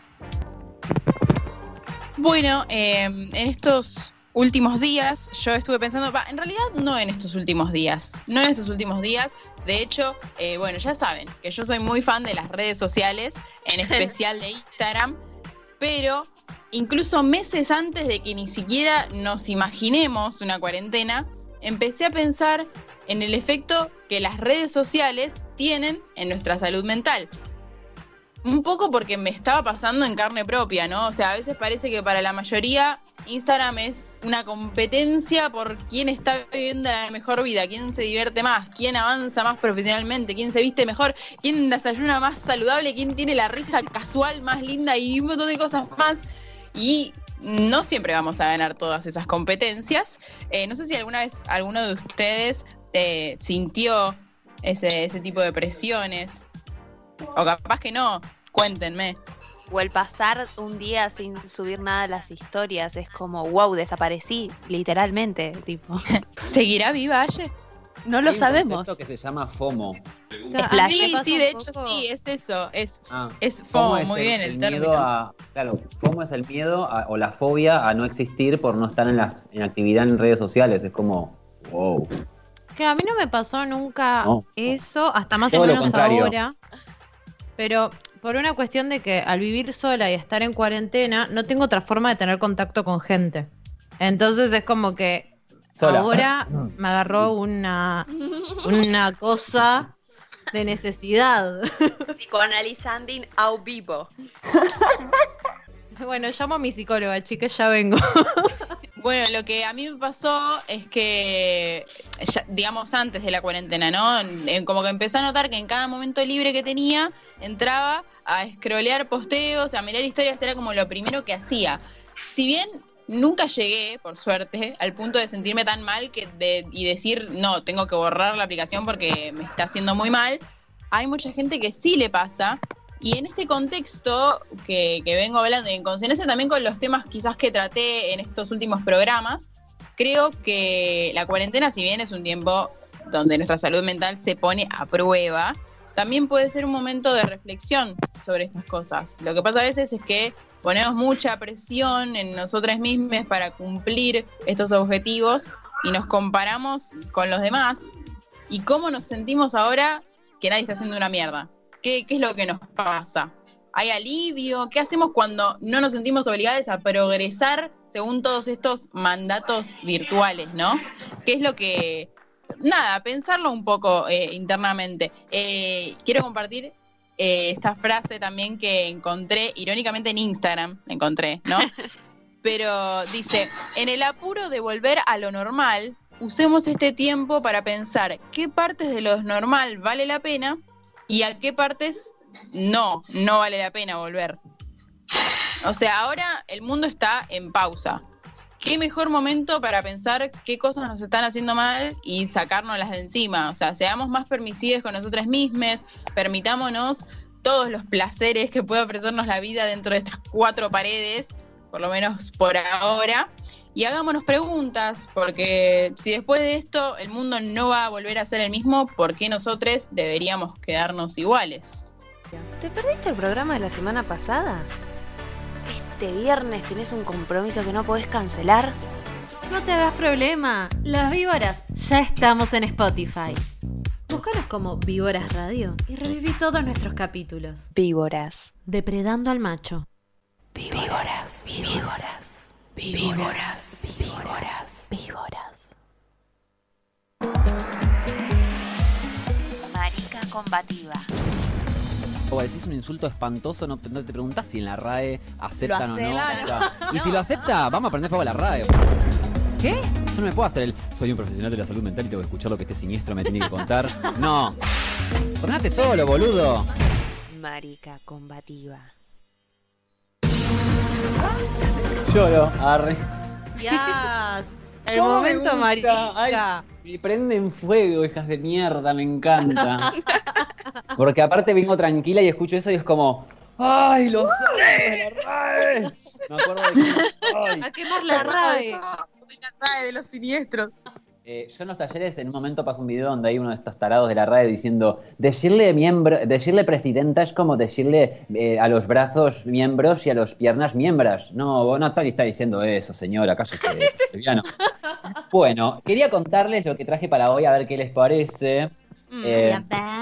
Bueno, eh, en estos últimos días yo estuve pensando, va, en realidad no en estos últimos días, no en estos últimos días, de hecho, eh, bueno, ya saben que yo soy muy fan de las redes sociales, en especial de Instagram, pero incluso meses antes de que ni siquiera nos imaginemos una cuarentena, empecé a pensar en el efecto que las redes sociales tienen en nuestra salud mental. Un poco porque me estaba pasando en carne propia, ¿no? O sea, a veces parece que para la mayoría Instagram es una competencia por quién está viviendo la mejor vida, quién se divierte más, quién avanza más profesionalmente, quién se viste mejor, quién desayuna más saludable, quién tiene la risa casual más linda y un montón de cosas más. Y no siempre vamos a ganar todas esas competencias. Eh, no sé si alguna vez alguno de ustedes eh, sintió ese, ese tipo de presiones. O capaz que no, cuéntenme. O el pasar un día sin subir nada a las historias es como, wow, desaparecí, literalmente, tipo. ¿Seguirá viva Aye? No lo Hay un sabemos. concepto que se llama FOMO. Ah, sí, sí, de hecho sí, es eso, es, Ah, es FOMO FOMO, es muy el, bien el el miedo término. a, claro, FOMO es el miedo a- o la fobia a no existir por no estar en las en actividad en redes sociales. Es como, wow. Que a mí no me pasó nunca No. eso, hasta más Todo o lo menos contrario. ahora. Pero por una cuestión de que al vivir sola y estar en cuarentena, no tengo otra forma de tener contacto con gente. Entonces es como que Sola. ahora me agarró una, una cosa de necesidad. Psicoanalizando au vivo. Bueno, llamo a mi psicóloga, chicas, ya vengo. Bueno, lo que a mí me pasó es que, ya, digamos, antes de la cuarentena, ¿no? En- Como que empecé a notar que en cada momento libre que tenía, entraba a scrollear posteos, a mirar historias, era como lo primero que hacía. Si bien nunca llegué, por suerte, al punto de sentirme tan mal que de, y decir, no, tengo que borrar la aplicación porque me está haciendo muy mal, hay mucha gente que sí le pasa. Y en este contexto que, que vengo hablando, y en consonancia también con los temas quizás que traté en estos últimos programas, creo que la cuarentena, si bien es un tiempo donde nuestra salud mental se pone a prueba, también puede ser un momento de reflexión sobre estas cosas. Lo que pasa a veces es que ponemos mucha presión en nosotras mismas para cumplir estos objetivos y nos comparamos con los demás. ¿Y cómo nos sentimos ahora que nadie está haciendo una mierda? ¿Qué, qué es lo que nos pasa? ¿Hay alivio? ¿Qué hacemos cuando no nos sentimos obligados a progresar según todos estos mandatos virtuales, ¿no? ¿Qué es lo que...? Nada, pensarlo un poco eh, internamente. Eh, quiero compartir eh, esta frase también que encontré, irónicamente en Instagram, la encontré, ¿no? Pero dice, en el apuro de volver a lo normal, usemos este tiempo para pensar qué partes de lo normal vale la pena y a qué partes no, no vale la pena volver. O sea, ahora el mundo está en pausa. ¿Qué mejor momento para pensar qué cosas nos están haciendo mal y sacárnoslas de encima? O sea, seamos más permisivos con nosotras mismas, permitámonos todos los placeres que puede ofrecernos la vida dentro de estas cuatro paredes, por lo menos por ahora, y hagámonos preguntas, porque si después de esto el mundo no va a volver a ser el mismo, ¿por qué nosotros deberíamos quedarnos iguales? ¿Te perdiste el programa de la semana pasada? ¿Este viernes tenés un compromiso que no podés cancelar? No te hagas problema, Las Víboras ya estamos en Spotify. Búscanos como Víboras Radio y reviví todos nuestros capítulos. Víboras. Depredando al macho. Víboras. Víboras. Víboras. Víboras. Víboras. Marica combativa. O decís un insulto espantoso, no, no te preguntás si en la R A E aceptan o no. Claro. O sea, y si lo acepta, vamos a prender fuego a la R A E. ¿Qué? Yo no me puedo hacer el soy un profesional de la salud mental y tengo que escuchar lo que este siniestro me tiene que contar. No. Ordenate solo, boludo. Marica combativa. Lloro, arre. Yes. El ¿Cómo me momento gusta? marica. Ay, me prenden fuego, hijas de mierda, me encanta. Porque aparte vengo tranquila y escucho eso y es como, ¡ay, los sábados de la R A E! Me acuerdo de quién soy. A quemar la R A E. La R A E de los siniestros. Eh, yo en los talleres en un momento paso un video donde hay uno de estos tarados de la R A E diciendo decirle miembro, decirle presidenta es como decirle eh, a los brazos miembros y a las piernas miembros. No, vos no está, está diciendo eso, señora, cállese, lesbiano. Bueno, quería contarles lo que traje para hoy, a ver qué les parece. Eh,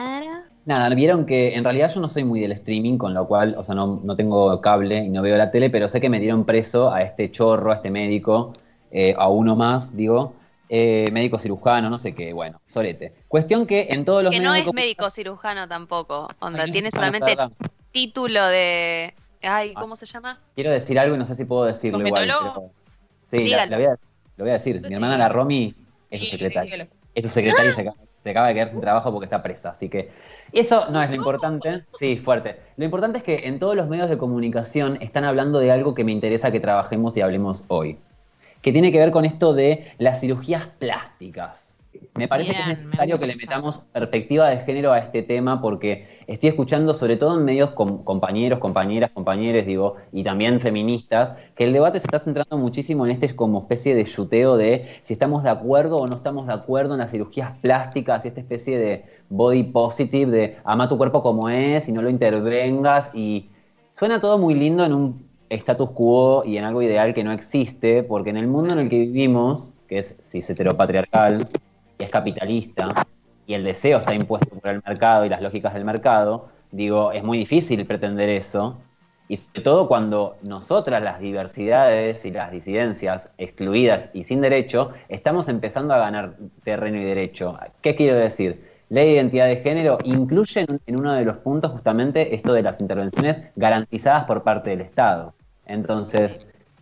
nada, vieron que en realidad yo no soy muy del streaming, con lo cual, o sea, no, no tengo cable y no veo la tele, pero sé que me dieron preso a este chorro, a este médico, eh, a uno más, digo. Eh, médico cirujano, no sé qué, bueno, sorete. Cuestión que en todos los Que medios no de es comunicación- médico cirujano tampoco. Onda, Ay, no tiene sé, solamente perdón. título de. Ay, ¿cómo se llama? Quiero decir algo y no sé si puedo decirlo igual. ¿Cosmetólogo? Pero... Sí, la, Dígalo. la voy a, lo voy a decir. Mi hermana la Romy es su secretaria. Es su secretaria y se acaba, se acaba de quedar sin trabajo porque está presa. Así que eso no es lo importante. Sí, fuerte. Lo importante es que en todos los medios de comunicación están hablando de algo que me interesa que trabajemos y hablemos hoy. Que tiene que ver con esto de las cirugías plásticas. Me parece Bien, que es me necesario que gusta. le metamos perspectiva de género a este tema porque estoy escuchando, sobre todo en medios con compañeros, compañeras, compañeros, digo, y también feministas, que el debate se está centrando muchísimo en este como especie de yuteo de si estamos de acuerdo o no estamos de acuerdo en las cirugías plásticas y esta especie de body positive, de ama tu cuerpo como es y no lo intervengas, y suena todo muy lindo en un status quo y en algo ideal que no existe, porque en el mundo en el que vivimos, que es cis heteropatriarcal, y es capitalista, y el deseo está impuesto por el mercado y las lógicas del mercado, digo, es muy difícil pretender eso, y sobre todo cuando nosotras, las diversidades y las disidencias excluidas y sin derecho, estamos empezando a ganar terreno y derecho. ¿Qué quiero decir? Ley de identidad de género incluye en uno de los puntos justamente esto de las intervenciones garantizadas por parte del Estado. Entonces,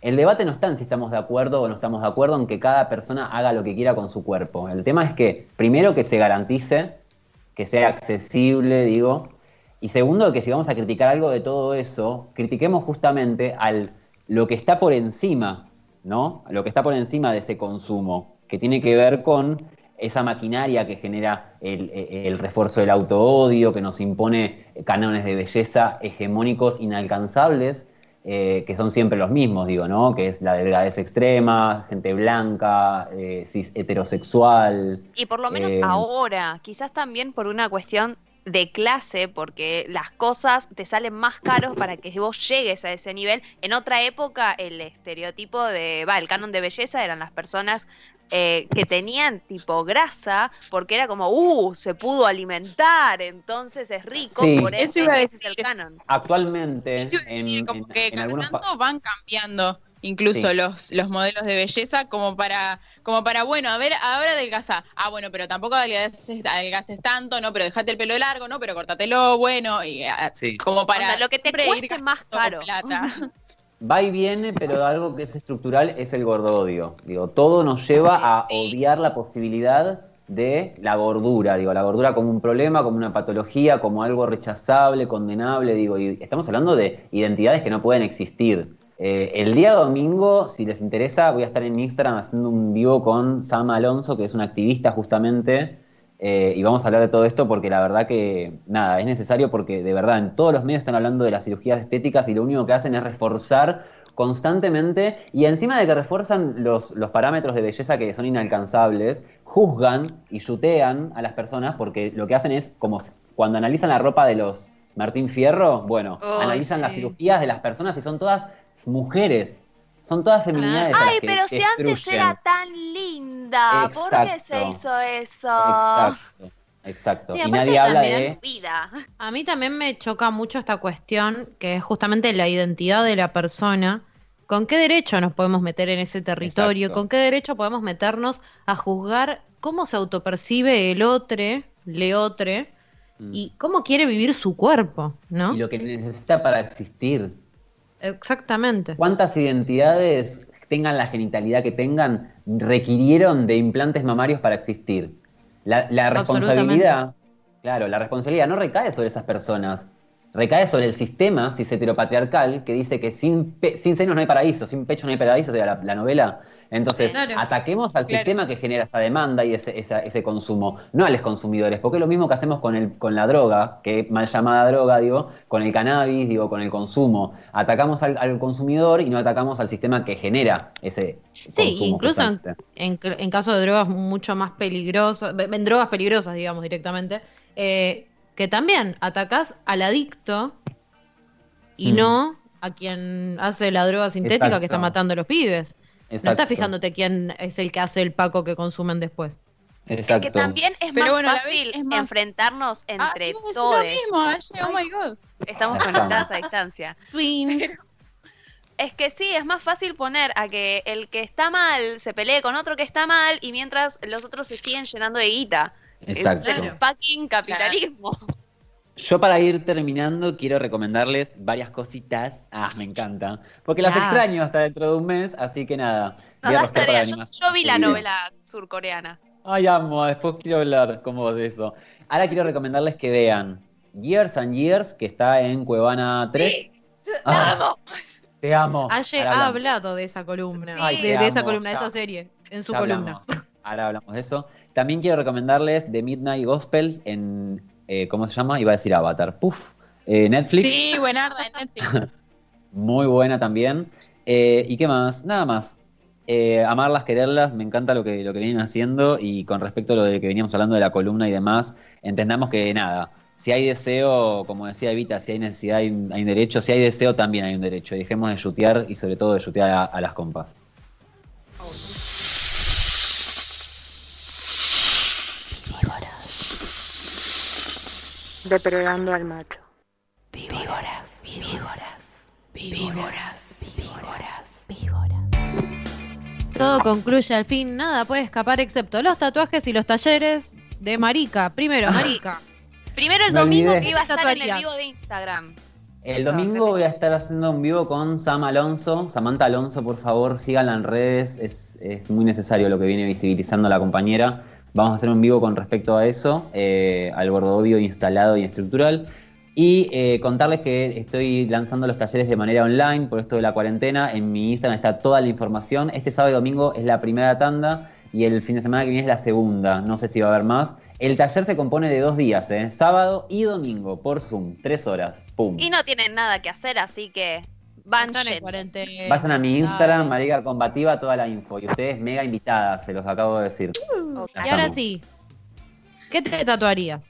el debate no está en si estamos de acuerdo o no estamos de acuerdo en que cada persona haga lo que quiera con su cuerpo. El tema es que, primero, que se garantice, que sea accesible, digo, y segundo, que si vamos a criticar algo de todo eso, critiquemos justamente al lo que está por encima, ¿no? Lo que está por encima de ese consumo, que tiene que ver con esa maquinaria que genera el, el refuerzo del autoodio, que nos impone cánones de belleza hegemónicos inalcanzables, eh, que son siempre los mismos, digo, ¿no? Que es la delgadez extrema, gente blanca, eh, cis heterosexual. Y por lo menos eh, ahora, quizás también por una cuestión de clase, porque las cosas te salen más caros para que vos llegues a ese nivel. En otra época el estereotipo de, va, el canon de belleza eran las personas eh, que tenían tipo grasa, porque era como, uh, se pudo alimentar, entonces es rico, Sí. por eso, Eso iba a ese es el canon. Actualmente, en, Como en- que en cada algunos pa- tanto van cambiando incluso Sí. los, los modelos de belleza como para, como para, bueno, a ver, ahora adelgazá. Ah, bueno, pero tampoco adelgaces, adelgaces tanto, no, pero dejate el pelo largo, no, pero cortatelo, bueno, y ah, Sí. como para Onda, lo que te siempre cueste ir más gastando caro. plata. Va y viene, pero algo que es estructural es el gordodio. Digo, todo nos lleva a odiar la posibilidad de la gordura. Digo, la gordura como un problema, como una patología, como algo rechazable, condenable. Digo, y estamos hablando de identidades que no pueden existir. Eh, el día domingo, si les interesa, voy a estar en Instagram haciendo un vivo con Sam Alonso, que es un activista justamente, eh, y vamos a hablar de todo esto porque la verdad que, nada, es necesario porque de verdad en todos los medios están hablando de las cirugías estéticas y lo único que hacen es reforzar constantemente, y encima de que refuerzan los, los parámetros de belleza que son inalcanzables, juzgan y yutean a las personas porque lo que hacen es, como cuando analizan la ropa de los Martín Fierro, bueno, Oh, analizan las sí. cirugías de las personas y son todas mujeres, son todas feminidades. a las Ay, que pero si antes destruyen. era tan linda, ¿por qué se Exacto. hizo eso? Exacto, exacto. Sí, y aparte nadie habla también de... Vida. A mí también me choca mucho esta cuestión, que es justamente la identidad de la persona. ¿Con qué derecho nos podemos meter en ese territorio? Exacto. ¿Con qué derecho podemos meternos a juzgar cómo se autopercibe el otro, leotre, y cómo quiere vivir su cuerpo, ¿no? Y lo que necesita para existir. Exactamente. ¿Cuántas identidades, tengan la genitalidad que tengan, requirieron de implantes mamarios para existir? La, la responsabilidad, claro, la responsabilidad no recae sobre esas personas, recae sobre el sistema cis heteropatriarcal que dice que sin, pe- sin senos no hay paraíso, sin pecho no hay paraíso, o sea, la, la novela. Entonces, Claro. ataquemos al Claro. sistema que genera esa demanda y ese, esa- ese consumo, no a los consumidores, porque es lo mismo que hacemos con, el, con la droga, que mal llamada droga, digo, con el cannabis, digo, con el consumo. Atacamos al, al consumidor y no atacamos al sistema que genera ese Sí, consumo. incluso en, justamente. en, en caso de drogas mucho más peligrosas, en drogas peligrosas, digamos, directamente, eh, que también atacás al adicto y Mm. no a quien hace la droga sintética Exacto. que está matando a los pibes. No Exacto. estás fijándote quién es el que hace el paco que consumen después. Exacto. Que también es Pero más bueno, a la fácil vez es más- enfrentarnos Ah, entre iba a decir todos. lo mismo, Aye, oh my god. Estamos Estamos. conectadas a distancia. Twins. Es que sí, es más fácil poner a que el que está mal se pelee con otro que está mal y mientras los otros se siguen llenando de guita. Exacto. Es el fucking capitalismo. Yo para ir terminando quiero recomendarles varias cositas. Ah, me encanta. Porque las Yes. extraño hasta dentro de un mes, así que nada. Nos Voy a das rosquear para tarea. la Yo, animación. yo vi la Video. novela surcoreana. Ay, amo, después quiero hablar con vos de eso. Ahora quiero recomendarles que vean Years and Years, que está en Cuevana tres. Ah, ¡Amo! te amo. Aye Ahora ha hablamos. hablado de esa columna, Ay, de, te de esa amo, columna, de ya. esa serie, en su Ya columna. hablamos. Ahora hablamos de eso. También quiero recomendarles The Midnight Gospel en, eh, ¿cómo se llama? Iba a decir Avatar. Puf. Eh, Netflix. Sí, buenarda en Netflix. Muy buena también. Eh, ¿Y qué más? Nada más. Eh, amarlas, quererlas, me encanta lo que, lo que vienen haciendo, y con respecto a lo de que veníamos hablando de la columna y demás, entendamos que nada, si hay deseo, como decía Evita, si hay necesidad hay un, hay un derecho, si hay deseo también hay un derecho, y dejemos de yutear y sobre todo de yutear a, a las compas. Depredando al macho. Víboras, víboras, víboras, víboras, Todo concluye al fin, nada puede escapar excepto los tatuajes y los talleres de Marica. Primero, Marica. Primero el Me domingo olvidé. que iba a estar en el Tatuarías. vivo de Instagram. El domingo voy a estar haciendo un vivo con Sam Alonso, Samantha Alonso, por favor, síganla en redes, es, es muy necesario lo que viene visibilizando la compañera. Vamos a hacer un vivo con respecto a eso, eh, al gordodio instalado y estructural. Y eh, contarles que estoy lanzando los talleres de manera online por esto de la cuarentena. En mi Instagram está toda la información. Este sábado y domingo es la primera tanda y el fin de semana que viene es la segunda. No sé si va a haber más. El taller se compone de dos días, ¿eh? Sábado y domingo por Zoom, tres horas. ¡Pum! Y no tienen nada que hacer, así que van yendo. Vayan a mi Instagram, Marica Combativa, toda la info. Y ustedes mega invitadas, se los acabo de decir. Uh, y ahora sí, ¿qué te tatuarías?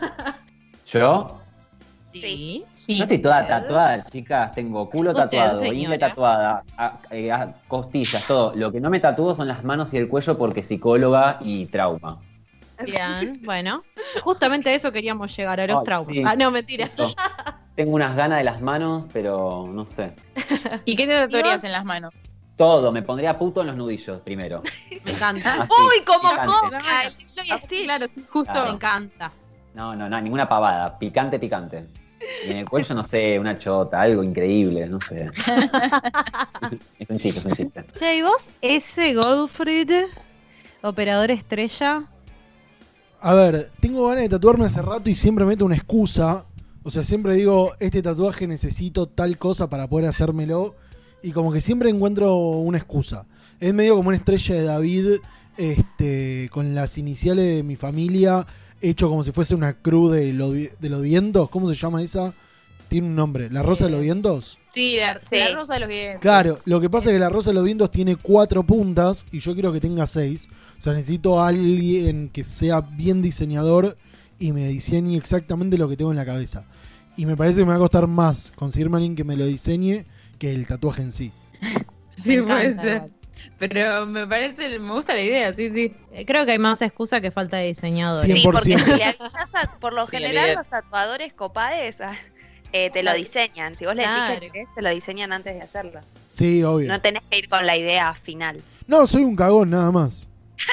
¿Yo? Sí. No estoy toda tatuada, chicas. Tengo culo Usted, tatuado, señora. ingle tatuada, a- eh, a- costillas, todo. Lo que no me tatúo son las manos y el cuello porque psicóloga y trauma. Bien, bueno. Justamente a eso queríamos llegar, a los Ay, traumas. sí. Ah, no, mentiras. Eso. Tengo unas ganas de las manos, pero no sé. ¿Y qué te tatuarías en las manos? Todo, me pondría puto en los nudillos primero. Me encanta. Así, ¡Uy, como picante. Coca! El Lilo y Stitch. Claro, sí, justo. Claro. Me encanta. No, no, no, ninguna pavada. Picante, picante. Y en el cuello, no sé, una chota, algo increíble, no sé. Es un chiste, es un chiste. Che, ¿y vos, ese Goldfried, operador estrella? A ver, tengo ganas de tatuarme hace rato y siempre meto una excusa. O sea, siempre digo, este tatuaje necesito tal cosa para poder hacérmelo. Y como que siempre encuentro una excusa. Es medio como una estrella de David, este, con las iniciales de mi familia, hecho como si fuese una cruz de, lo- de los vientos. ¿Cómo se llama esa? Tiene un nombre. ¿La Rosa de los Vientos? Sí, la, Sí. la rosa de los vientos. Claro, lo que pasa es que la Rosa de los Vientos tiene cuatro puntas y yo quiero que tenga seis. O sea, necesito a alguien que sea bien diseñador y me diseñe exactamente lo que tengo en la cabeza. Y me parece que me va a costar más conseguirme a alguien que me lo diseñe que el tatuaje en sí. Sí, Me puede encanta, ser. igual. Pero me parece, me gusta la idea, sí, sí. Eh, Creo que hay más excusa que falta de diseñadores. cien Sí, por porque ciento. si le avisas a- por lo Sí, general olvídate. los tatuadores copades ah, eh, te lo diseñan. Si vos le decís Claro. que querés, te lo diseñan antes de hacerlo. Sí, obvio. No tenés que ir con la idea final. No, soy un cagón nada más.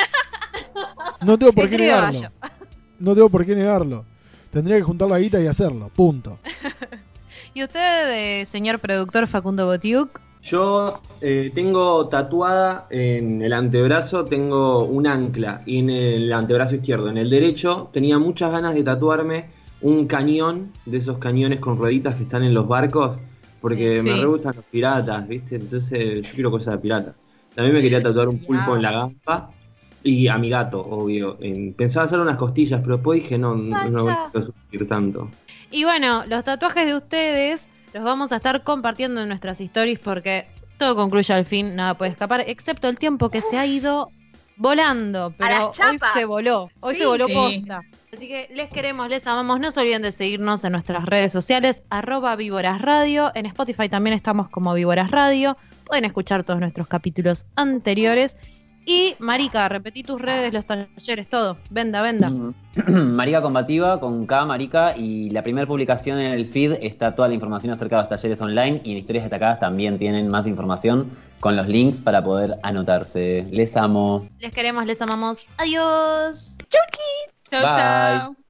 No tengo por Te qué creo, negarlo. Gallo. No tengo por qué negarlo. Tendría que juntar la guita y hacerlo. Punto. ¿Y usted, eh, señor productor Facundo Botiuk? Yo eh, tengo tatuada en el antebrazo, tengo un ancla y en el antebrazo izquierdo. En el derecho tenía muchas ganas de tatuarme un cañón, de esos cañones con rueditas que están en los barcos, porque Sí. me Sí. re gustan los piratas, ¿viste? Entonces yo quiero cosas de pirata. También me quería tatuar un pulpo en la gamba y a mi gato, obvio. En- pensaba hacer unas costillas, pero después dije, no, no, no Pacha. quiero sufrir tanto. Y bueno, los tatuajes de ustedes los vamos a estar compartiendo en nuestras stories porque todo concluye al fin, nada puede escapar, excepto el tiempo que se ha ido volando. Pero las hoy chapas. se voló, hoy Sí. se voló Sí. posta. Así que les queremos, les amamos. No se olviden de seguirnos en nuestras redes sociales, arroba Víboras Radio. En Spotify también estamos como Víboras Radio. Pueden escuchar todos nuestros capítulos anteriores. Y, Marica, repetí tus redes, los talleres, todo. Venda, venda. Marica Combativa con K, Marica, y la primera publicación en el feed está toda la información acerca de los talleres online y en Historias Destacadas también tienen más información con los links para poder anotarse. Les amo. Les queremos, les amamos. Adiós. Chau, Bye. chau.